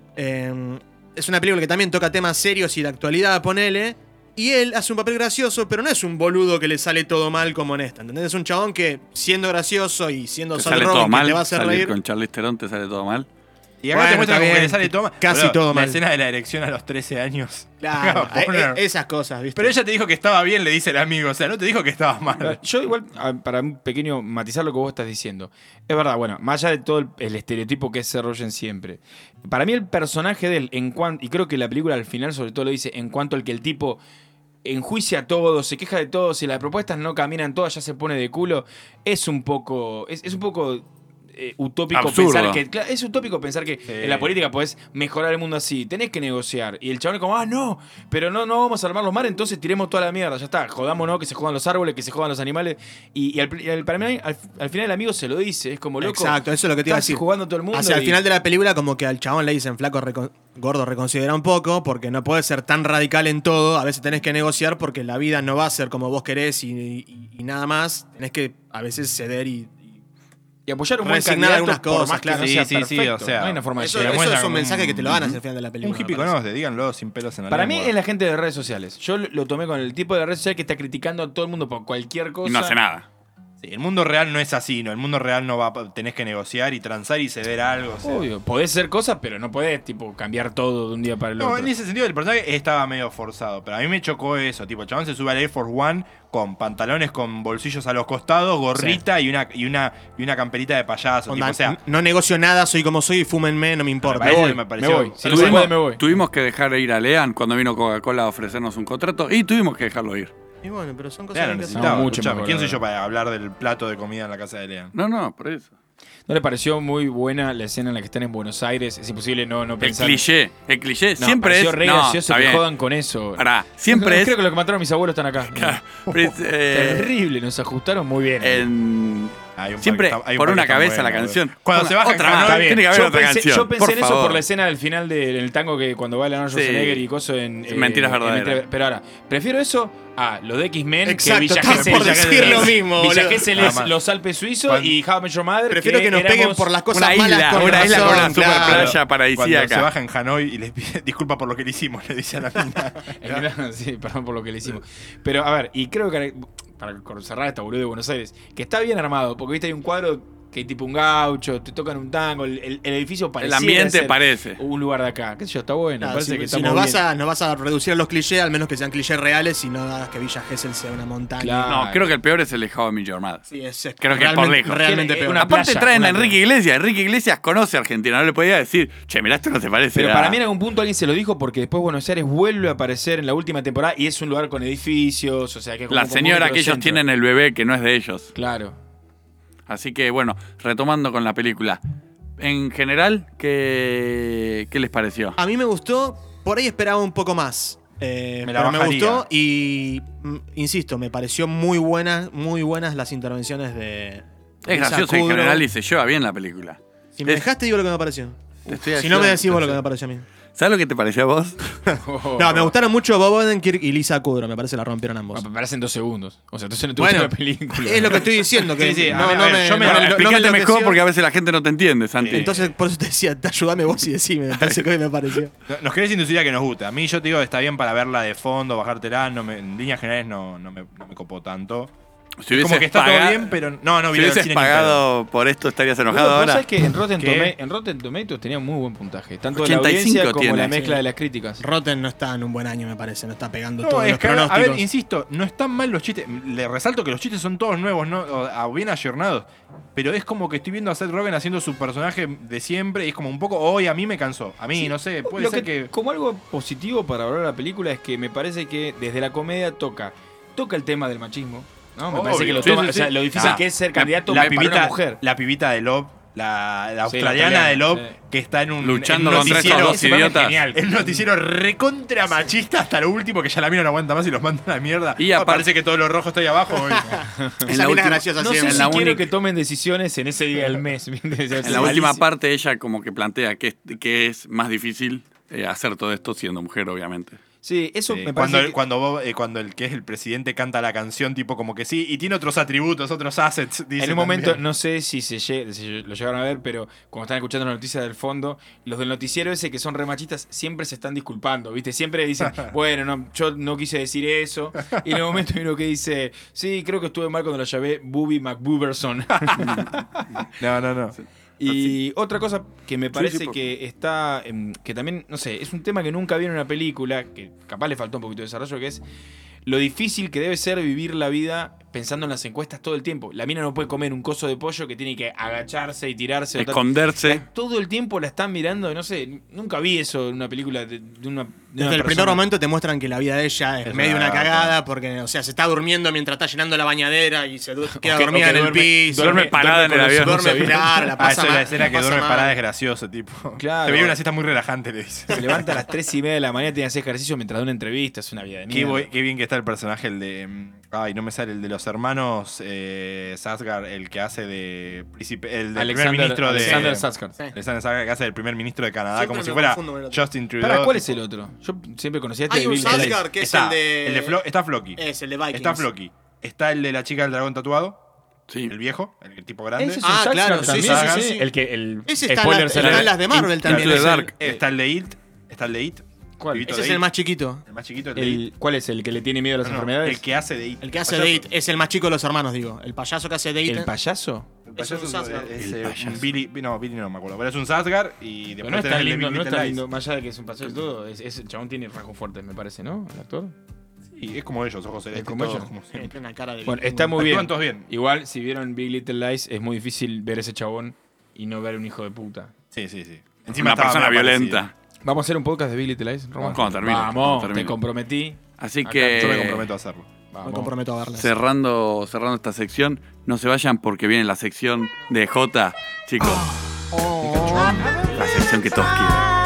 Es una película que también toca temas serios y de actualidad, ponele. Y él hace un papel gracioso, pero no es un boludo que le sale todo mal como en esta. ¿Entendés? Es un chabón que, siendo gracioso y siendo Te Seth sale todo Rogen, que mal. te va a hacer Salir reír. con Charlize Theron te sale todo mal. Y acá Bueno, te muestran está como que bien. le sale todo mal. Casi Boludo, todo la mal. escena de la elección a los 13 años. Claro, Poner. esas cosas, ¿viste? Pero ella te dijo que estaba bien, le dice el amigo. O sea, no te dijo que estaba mal. Yo igual, para un pequeño matizar lo que vos estás diciendo. Es verdad, bueno, más allá de todo el estereotipo que es Seth Rogen siempre. Para mí el personaje de él, y creo que la película al final sobre todo lo dice, en cuanto al que el tipo enjuicia a todos, se queja de todos, si las propuestas no caminan todas, ya se pone de culo, es un poco utópico Absurdo. pensar que. Claro, es utópico pensar que en la política podés mejorar el mundo así. Tenés que negociar. Y el chabón es como, no, pero no vamos a armar los mares, entonces tiremos toda la mierda. Ya está, jodámonos, que se jodan los árboles, que se jodan los animales. Y para mí, al final el amigo se lo dice. Es como, loco. Exacto, eso es lo que te iba a estás decir. jugando todo el mundo. Hacia el y- final de la película, como que al chabón le dicen, flaco, gordo, reconsidera un poco, porque no puedes ser tan radical en todo. A veces tenés que negociar porque la vida no va a ser como vos querés y nada más. Tenés que a veces ceder y apoyar un buen resignar candidato algunas por cosas, más que claro. no sea Sí, sí, sí, perfecto. o sea, no hay una forma de eso, llegar. eso es demuestra un mensaje que te lo dan hacia el final de la película. Un hippie me parece. conoce, díganlo sin pelos en la Para mí lengua. es la gente de redes sociales. Yo lo tomé con el tipo de redes sociales que está criticando a todo el mundo por cualquier cosa. Y no hace nada. Sí, el mundo real no es así, ¿no? El mundo real no va tenés que negociar y transar y ceder algo. O sea. Obvio, podés ser cosas, pero no podés tipo cambiar todo de un día para el No, otro. en ese sentido el personaje estaba medio forzado, pero a mí me chocó eso, tipo, el chabón se sube al Air Force One con pantalones con bolsillos a los costados, gorrita y una camperita de payaso, Onda, tipo, o sea, no negocio nada, soy como soy, fúmenme, no me importa. Me voy, pareció- me voy. Si no se Tuvimos, puede, me voy. tuvimos que dejar ir a Lean cuando vino Coca-Cola a ofrecernos un contrato y tuvimos que dejarlo ir. Y bueno, pero son cosas Lean lo que hay que hacer. necesitaba, No, mucho escuchame, mejor, ¿quién la soy yo verdad. para hablar del plato de comida en la casa de Lean? No, por eso. ¿No le pareció muy buena la escena en la que están en Buenos Aires? Es imposible no El pensar. cliché No, siempre pareció es. re No, gracioso está que bien. jodan con eso. Pará, siempre es. Creo que los que mataron a mis abuelos están acá. Pero es, Terrible, nos ajustaron muy bien. Hay un siempre par que está- hay un por par una que está cabeza la bueno, canción. boludo. Cuando se baja otra en más. Hanoi, Está bien. Tiene que haber Yo otra pensé, canción. yo pensé en eso favor. por la escena del final del tango que cuando baila Arnold Sí. Schwarzenegger y coso en Mentiras en verdaderas. Pero ahora, prefiero eso a lo de X-Men Exacto, que Villa estaba Gesell. por decir lo mismo, Villa boludo. Gesell Nada es más. los Alpes suizos Cuando- y How I Met Your Mother Prefiero que nos éramos- peguen por las cosas Una malas isla, con una isla con razón, una super claro. playa Cuando paradisíaca. se baja en Hanoi y les pide disculpa por lo que le hicimos, le dice a la mina. Sí, perdón por lo que le hicimos. Pero a ver, y creo que para cerrar esta boludo de Buenos Aires, que está bien armado, porque viste hay un cuadro que hay tipo un gaucho, te tocan un tango, el edificio parece. El ambiente parece. un lugar de acá. Qué sé yo, está bueno. Claro, parece si, que si estamos nos, bien. vas a reducir los clichés, al menos que sean clichés reales y no hagas que Villa Gesell sea una montaña. Claro. No, creo que el peor es el de How I Met Your Mother. Sí, es Creo que es por lejos. realmente Tiene peor. una Aparte playa, traen a una Enrique Iglesias. Enrique Iglesias conoce a Argentina. No le podía decir, che, mirá, esto no se parece Pero a... para mí en algún punto alguien se lo dijo porque después Buenos Aires vuelve a aparecer en la última temporada y es un lugar con edificios, o sea que es como La un señora que ellos microcentro. tienen el bebé que no es de ellos. Claro. Así que bueno, retomando con la película. En general, ¿qué les pareció? A mí me gustó, por ahí esperaba un poco más. Pero me bajaría. gustó y, insisto, me pareció muy buenas las intervenciones de Es Lisa gracioso en Kudrow. general y se lleva bien la película. Si me Es- dejaste, digo lo que me pareció. Te estoy Si no me ayudando, decís vos lo te que me estoy- pareció a mí. ¿Sabes lo que te pareció a vos? No, me gustaron mucho Bob Odenkirk y Lisa Kudrow. Me parece que la rompieron ambos. Me parecen 2 segundos. O sea, entonces no te Bueno, gusta la película. es lo que estoy diciendo. Que Sí, sí, a no, ver, no a ver, me, yo me- no- no me Explícate mejor enloqueció. porque a veces la gente no te entiende, Santi. Entonces, por eso te decía, ayúdame vos y decime. Me parece que hoy me pareció. Nos querés inducir a que nos guste. A mí yo te digo, está bien para verla de fondo, bajártela. En líneas generales no me copó tanto. Si Es como hubieses que está todo pagado- bien, pero no, Si vi el hubieses cine ni pedo. pagado por esto, estarías enojado Vos ahora. sabés que en ¿Qué? Rotten Tomatoes tenía muy buen puntaje. Tanto 85 la audiencia como tiene. la mezcla Sí. de las críticas. Rotten no está en un buen año, me parece. No está pegando No, todos es los que, a pronósticos. ver, insisto, no están mal los chistes. Le resalto que los chistes son todos nuevos, ¿no? O bien ayornados. Pero es como que estoy viendo a Seth Rogen haciendo su personaje de siempre y es como un poco, hoy a mí me cansó. A mí, no sé, puede Lo ser que... Como algo positivo para hablar de la película es que me parece que desde la comedia toca el tema del machismo. ¿no? Me parece Obvio. que lo Sí, toma, sí, o sea, sí. lo difícil que es ser candidato la para una mujer. La pibita de Love, la Sí, australiana la de Love, australiana, sí. que está en un Luchando en un contra estos noticiero- dos ese papel es idiotas. genial. En un noticiero recontra machista hasta lo último, que ya la mina no aguanta más y los manda a la mierda. Y aparte- parece que todo lo rojo está ahí abajo. En Esa la mina es última- graciosa No sé siempre. si la quiero única- que tomen decisiones en ese día del mes. En la última parte ella como que plantea que es más difícil hacer todo esto siendo mujer, obviamente. Sí, eso Sí, me parece cuando el que es el presidente canta la canción, tipo como que sí, y tiene otros atributos, otros assets. Dice en un momento, también. no sé si si lo llegaron a ver, pero cuando están escuchando la noticia del fondo, los del noticiero ese que son re machistas siempre se están disculpando, ¿viste? Siempre dicen, bueno, no, yo no quise decir eso. Y en el momento hay uno que dice, sí, creo que estuve mal cuando lo llamé Booby McBooberson. No. Y otra cosa que me parece por que está, que también, no sé, es un tema que nunca vi en una película, que capaz le faltó un poquito de desarrollo, que es lo difícil que debe ser vivir la vida pensando en las encuestas todo el tiempo. La mina no puede comer un coso de pollo que tiene que agacharse y tirarse. Esconderse. Todo el tiempo la están mirando, no sé, nunca vi eso en una película de una Desde el primer momento te muestran que la vida de ella es medio una cagada porque, o sea, se está durmiendo mientras está llenando la bañadera y se queda dormida en el piso. Duerme parada en el avión. Duerme, claro, la pasa Esa es la mal, escena la que pasa duerme mal. parada es gracioso, tipo. Claro. Te veía una siesta muy relajante, le dice. Se levanta a las 3:30 de la mañana y tiene que hacer ejercicio mientras da una entrevista. Es una vida de mierda. Qué bien que está el personaje, el de. Ay, no me sale, el de los hermanos Sasgar, el que hace de. El del primer ministro de. Alexander Skarsgård. Alexander Skarsgård, que hace del primer ministro de Canadá, Siempre como si me fuera confundo con el otro. Justin Trudeau. ¿Para cuál es el otro? Yo siempre conocía este Hay de un Bill Skarsgård Gates. que es Está, el de. está Floki. Es el de Vikings. Está Floki. Está el de la chica del dragón tatuado. Sí. El viejo, el tipo grande. Ese es Ah, un claro, Skarsgård sí, también. sí, sí, sí. El que el Ese está, spoiler en, será- está en las de Marvel también. Into the es Dark. Está el de It. Está el de It. ¿Cuál? Pibito Ese de es el It. más chiquito. El más chiquito, el de It. ¿Cuál es el que le tiene miedo a las No, no, enfermedades? el que hace de It. El que hace Payaso. Date es el más chico de los hermanos, digo. El payaso que hace Date. ¿El payaso? El payaso Es un Sasgard. es, El payaso. un Billy. No, Billy no me acuerdo. Pero es un Sasgard y Pero después no es tenés tan el de lindo, Big no es Little tan Lies. lindo, más allá de que es un payaso y todo. El chabón tiene rasgos fuertes, me parece, ¿no? El actor. Y es como ellos, ojos celestes. como todos ellos. como siempre. Tiene una cara de. Bueno, está muy bien. Actúan todos bien. Igual, si vieron Big Little Lies, es muy difícil ver ese chabón y no ver un hijo de puta. Sí, sí, sí. Una estaba persona medio violenta. ¿Vamos a hacer un podcast de Big Little Lies, Román? Cuando termine. Vamos, cuando termine. te comprometí. Así Acá, que. parecido. Yo me comprometo a hacerlo. Me comprometo a verlas. Cerrando esta sección, no se vayan porque viene la sección de J, chicos. La sección que todos quieren.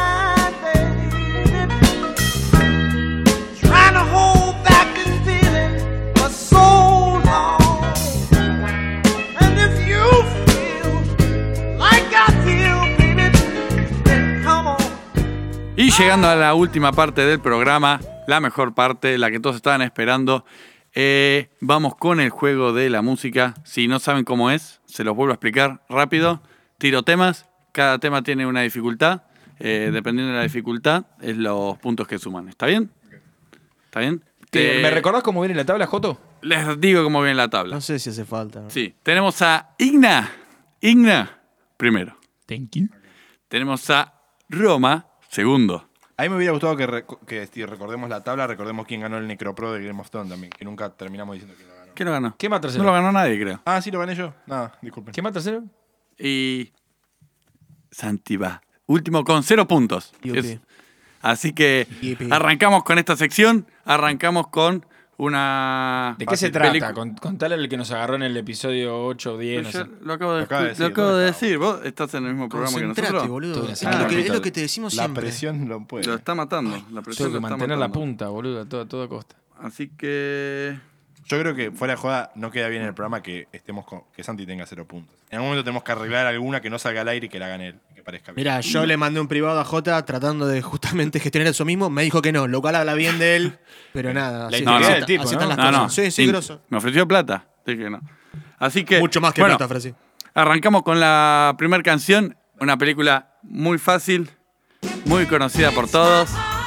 Trying to hold back this feeling for so long. And if you feel like I feel, baby, then come on. Y llegando a la última parte del programa, la mejor parte, la que todos estaban esperando, vamos con el juego de la música. Si no saben cómo es, se los vuelvo a explicar rápido. Tiro temas, cada tema tiene una dificultad. Dependiendo de la dificultad, es los puntos que suman. ¿Está bien? ¿Está bien? ¿Me recordás cómo viene la tabla, Joto? Les digo cómo viene la tabla. No sé si hace falta. ¿no? Sí, tenemos a Igna. Igna, primero. Thank you. Tenemos a Roma, segundo. A mí me hubiera gustado que si recordemos la tabla, recordemos quién ganó el Necropro de Game of Thrones también, que nunca terminamos diciendo quién lo ganó. ¿Quién lo ganó? ¿Quién va tercero? No lo ganó nadie, creo. Ah, sí, lo gané yo. Nada, disculpen. ¿Quién va tercero? Y Santi va último con 0 puntos. Yupi. Así que Yupi. arrancamos con esta sección. Arrancamos con una... ¿De qué se fácil trata? Contale el que nos agarró en el episodio 8 o 10. Yo No sé. lo acabo de, Lo acaba de decir, lo acabo de ¿dónde decir. Vos estás en el mismo programa que Concentrate, nosotros. boludo. Toda una Es semana. lo que te decimos La siempre. presión lo puede. Lo está matando. La presión Tengo que lo está mantener la matando. punta, boludo, a toda costa. Así que... Yo creo que fuera de joda no queda bien en el programa que estemos que Santi tenga 0 puntos. En algún momento tenemos que arreglar alguna que no salga al aire y que la gane él, que parezca bien. Mira, yo le mandé un privado a Jota tratando de justamente gestionar eso mismo. Me dijo que no, lo cual habla bien de él. Pero nada, así, integridad así del tipo, así ¿no? están las No, cosas. no. Sí, sí, grosso. Me ofreció plata. Dije que no. Así que... Mucho más que bueno, plata, Francis. Arrancamos con la primera canción. Una película muy fácil, muy conocida por todos.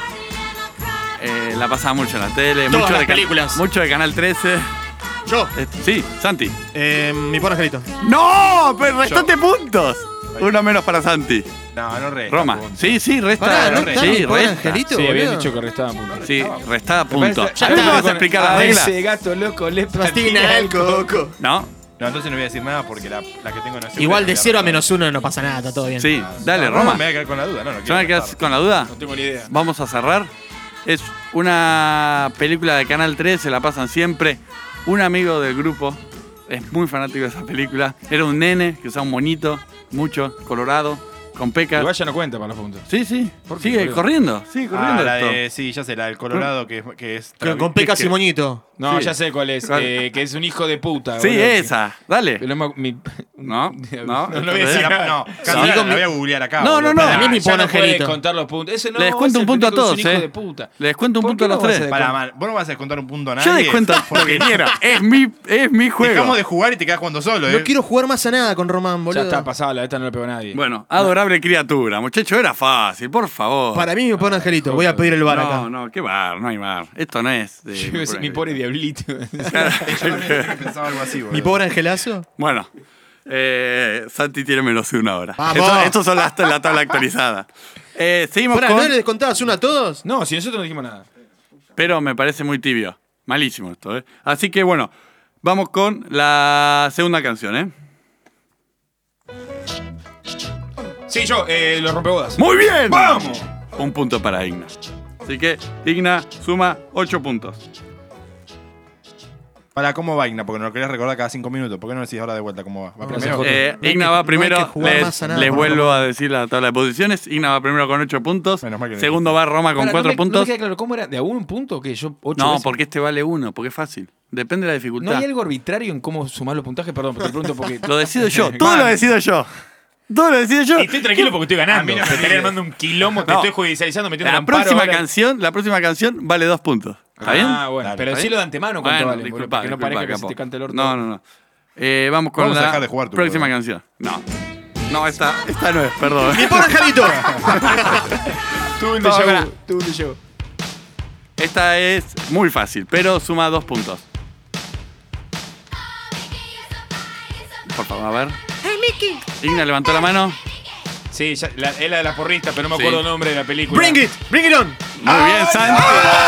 La pasaba mucho en la tele. Todas mucho las de películas. Mucho de Canal 13. Yo, Sí, Santi. mi pobre angelito. ¡No! ¡Pero restate puntos! Uno menos para Santi. No resta. Roma. puntos. Sí, resta. Pará, ¿no no está sí, mi pobre resta. angelito, Sí, habías boludo? dicho que restaba puntos. Sí, restaba puntos. Ya ¿A mí me está, vas a con- explicar la a regla? ese gato loco le Pastina el coco. ¿No? No, entonces no voy a decir nada porque la que tengo no es Igual de segura. 0 a -1 no pasa nada, está todo bien. Sí, dale, No, Roma. Me voy a quedar con la duda, no ¿Ya quiero me quedas restar. con la duda? No tengo ni idea. Vamos a cerrar. Es una película de Canal 13, se la pasan siempre. Un amigo del grupo es muy fanático de esa película. Era un nene que usaba un monito, mucho, colorado, con pecas. Igual ya no cuenta para los puntos. Sí. ¿Por qué, Sigue boludo? corriendo, sigue corriendo La esto. de, sí, ya sé, la del Colorado que es Con pecas y moñito. No, Sí. ya sé cuál es. ¿Cuál? Que es un hijo de puta. Sí, boludo. esa. Dale. Pero mi- No. No voy a decir No, nada. no, Sí, la con mi- voy a googlear acá. No, boludo. no, no. Para mí es mi ya pobre no puede angelito. contar los puntos. Ese no, Le descuento ese un punto a pendejo es un todos, hijo de puta. Le descuento un ¿Por punto a qué los no vas tres. a Para, man, vos no vas a descontar un punto a nadie. Yo descuento lo que quiero. Es mi juego. Dejamos de jugar y te quedas jugando solo, No quiero jugar más a nada con Román, Ya boludo. está pasada, la esta no le pegó a nadie. Bueno, adorable criatura. Muchacho, era fácil, por favor. Para mí mi pobre angelito. Voy a pedir el bar acá. No, qué bar, no hay bar. Esto no es de... Yo iba a decir, mi pobre diablito. Yo también pensaba algo así, boludo. Mi pobre angelazo. Bueno, Santi tiene menos de una hora. Vamos. Estos son la tabla actualizada. Seguimos Pará, con... ¿no le descontabas uno a todos? No, si nosotros no dijimos nada. Pero me parece muy tibio. Malísimo esto, ¿eh? Así que bueno, Vamos con la segunda canción, ¿eh? Sí, yo, los rompebodas. ¡Muy bien! ¡Vamos! Un punto para Igna. Así que Igna suma 8 puntos. Para, ¿cómo va Igna? Porque nos lo querías recordar cada 5 minutos. ¿Por qué no decís ahora de vuelta cómo va? ¿Va primero? Igna va primero. no hay que jugar más a nada, les por vuelvo favor. a decir la tabla de posiciones. Igna va primero con 8 puntos. Menos mal que lo Segundo va Roma con 4 No me puntos. queda claro, ¿cómo era? ¿De a un punto? ¿Que yo 8 No, veces? porque este vale 1, porque es fácil. Depende de la dificultad. ¿No hay algo arbitrario en cómo sumar los puntajes? Perdón, porque te pregunto porque... Lo decido yo. Todo lo decido yo. Todo lo decido yo. Y estoy tranquilo porque estoy ganando. A mí no me te estaría digas. armando un quilombo, te No. estoy judicializando, metiendo La un amparo próxima ahora. canción vale 2 puntos. ¿Está bien? Ah, bueno. Dale, pero ¿está decilo bien? de antemano cuánto Bueno, vale. disculpa, Para que no parezca que se capo. te cante el orto. No. Vamos con Vamos a la dejar de jugar tu próxima juego. canción. No, esta no es, perdón. ¡Mi pobre angelito! Tuve un No, espera. déjà vu. Esta es muy fácil, pero suma 2 puntos. Por favor, a ver. ¡Hey, Mickey! Igna levantó la mano. Sí, ya, es la de las porristas, pero no me Sí. acuerdo el nombre de la película. ¡Bring it! ¡Bring it on! Muy bien, Santi.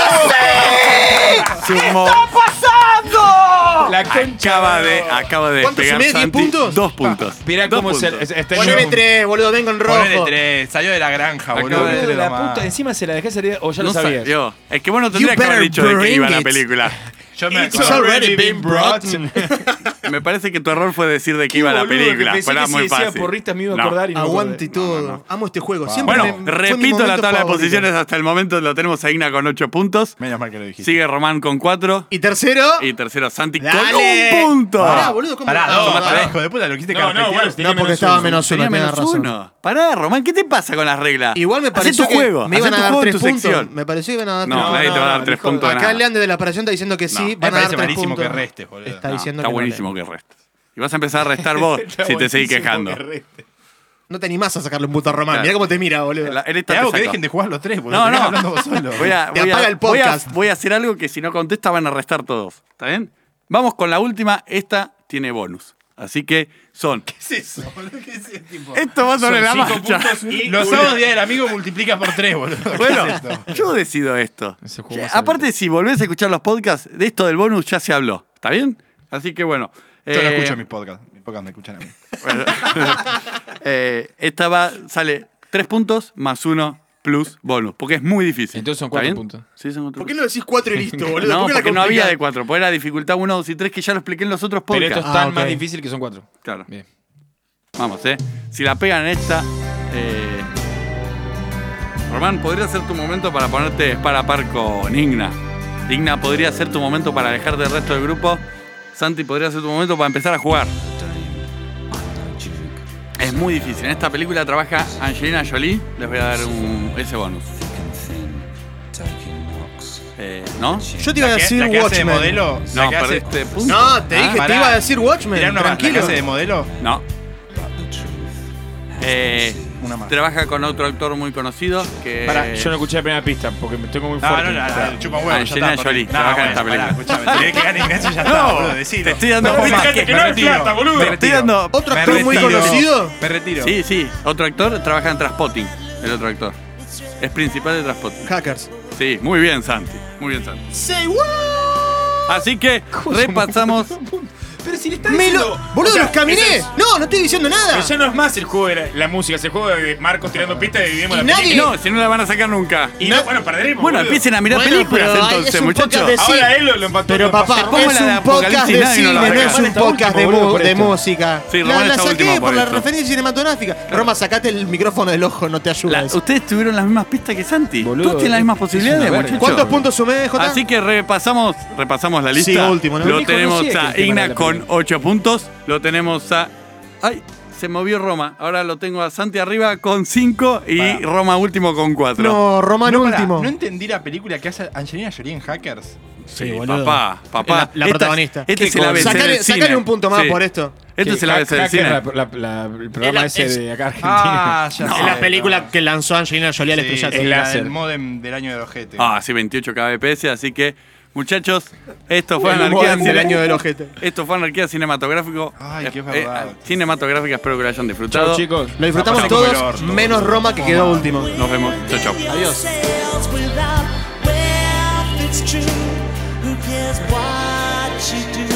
Sumó. La concha. Acaba de ¿Cuánto pegar sumé? ¿10 Santi puntos? 2 puntos. Mirá 2 cómo se... puntos. Está Poneme 3, boludo, vengo en rojo. Ponele 3. Salió de la granja, Acaba boludo. de- Boludo, Tres la nomás. puta, encima se la dejé salir o ya No lo sabías. salió. Es que vos no tendrías You que haber better dicho de qué bring iba la it. película. Yo me It's already been brought. Me parece que tu error fue decir de qué Qué iba la boludo, película. que pensé Era que si muy decía fácil. porristas me iba a No. acordar y no me acordé. Aguante y todo. Amo este juego. Siempre Bueno, fue mi repito la momento tabla de favorito. posiciones hasta el momento. Lo tenemos a Igna con 8 puntos. Menos mal que lo dijiste. Sigue Román con 4. Y tercero. Y tercero Santi Dale. con 1 punto. Pará, boludo, ¿cómo? Pará, Ah, dos, pará. pará, hijo de puta, lo quisiste No, no, carpetear. bueno, tenía No, porque menos estaba uno. menos uno, Tenía tenés menos razón. 1. Pará, Román, ¿qué te pasa con las reglas? Igual me Hacé pareció tu que juego. me iban hacé a tu dar juego en 3 tu puntos. sección. Me pareció que iban a dar 3 No, puntos. nadie te va a dar no, 3 dijo- puntos. de Acá nada. el Leandro de la operación está diciendo que sí, No, van me a dar parece 3 malísimo puntos. que restes, boludo. Está No, diciendo está que buenísimo que restes. Y vas a empezar a restar vos si te seguís quejando. No te animás a sacarle un punto a Román. Claro. Mirá cómo te mira, boludo. En esta Te te hago que saco. dejen de jugar los tres, boludo. No, Te no. hablando vos solo. Voy a apaga el podcast. voy a hacer algo que si no contesta van a restar todos. ¿Está bien? Vamos con la última. Esta tiene bonus. Así que son. ¿Qué es eso, boludo? ¿Qué es ese tipo? Esto va sobre la 5 marcha. puntos y Los sábados día del amigo multiplica por 3, boludo. ¿Qué Bueno, es esto? yo decido esto. Ese juego más Aparte, si volvés a escuchar los podcasts, de esto del bonus ya se habló. ¿Está bien? Así que bueno. Yo no escucho mis podcasts. Mis podcasts me escuchan a mí. Bueno, esta sale 3 puntos más 1 plus bonus. Porque es muy difícil. Entonces son ¿Está 4 bien? puntos. Sí, son 4 ¿Por qué no decís 4 y listo, boludo? No, ¿Por qué la porque no había complicás? de 4. Porque era dificultad 1, 2 y 3 que ya lo expliqué en los otros Pero podcasts. esto es tan ok. más difícil que son 4. Claro. Bien. Vamos, Si la pegan en esta. Román, podría ser tu momento para ponerte par a par con Igna. Igna podría ser tu momento para alejarte del resto del grupo. Santi podría ser tu momento para empezar a jugar. Es muy difícil. En esta película trabaja Angelina Jolie. Les voy a dar ese bonus. ¿No? Yo te iba a decir ¿La que hace de Watchmen. modelo? ¿La No, que hace- perdiste punto. No, te dije, te pará. iba a decir Watchmen. Tirá una más. ¿La que Tranquilo. hace de modelo? No. Una más. Trabaja con otro actor muy conocido que. Pará, yo no escuché la primera pista porque me tengo muy No, fuerte. no, la chupa huevo. Angelina Jolie, trabaja en esta película. Escuchame, tenés que ganar Ignacio y ya está, boludo. Decilo. te estoy dando No, pistas más, que me no hay retiro. plata, boludo. Me Te estoy retiro. dando. Otro Me actor muy retiro. conocido. Me retiro. Sí, sí. Otro actor trabaja en Transpotting. El otro actor. Es principal de Transpotting. Hackers. Sí, muy bien, Santi. Muy bien, Santi. Say what? Así que repasamos. Pero si le está Me diciendo... lo... Boludo, O sea, los caminé. ese es- No, no estoy diciendo nada. Pero ya no es más el juego de la música, es el juego de Marcos tirando pistas y dividimos Y la nadie- película. No, si no la van a sacar nunca. Y no, bueno, perderemos. Bueno, boludo. empiecen a mirar Bueno, películas pero entonces, es un muchachos. podcast de Ahora él lo empató. Pero lo papá, pasó. ¿Cómo es la de un podcast Apocalipsis de nadie no la cine, no saca? es Juan un está podcast último, boludo, por de esto. música. Sí, Román la está saqué último por por la esto. referencia cinematográfica. Roma, sacate el micrófono del ojo, no te ayuda. eso. Ustedes tuvieron las mismas pistas que Santi. Boludo, Todos tienen las mismas es posibilidades, una verga. muchachos. ¿Cuántos puntos sumé, Jota? Así que repasamos la lista. Sí, último, ¿no? Lo Yo tenemos conocía que a el tema Igna era la con película. 8 puntos. Lo tenemos a. ¡Ay! Se movió Roma. Ahora lo tengo a Santi arriba con 5 y Roma último con 4. No, Román No, pará, último. no entendí la película que hace Angelina Jolie en Hackers. Sí, boludo. papá. La Esta- protagonista. Este se la ve Sacale un punto más por esto. Este se la ve en el cine. El programa ese Es- de acá Argentina. ya Es la película que lanzó Angelina Jolie al estrellato. el la láser. del modem del año del ojete. Ah, sí, 28 kbps. Así que, muchachos, esto fue El Anarquía modem del año del ojete. Esto fue Anarquía Cinematográfico. Ay, qué verdad. Cinematográfica, espero que lo hayan disfrutado. Chao, chicos. Lo disfrutamos Pasamos como el todos, orto, menos Roma que quedó último. Nos vemos. Chau, chau. Adiós. Sails without wealth, it's true. Who cares what you do?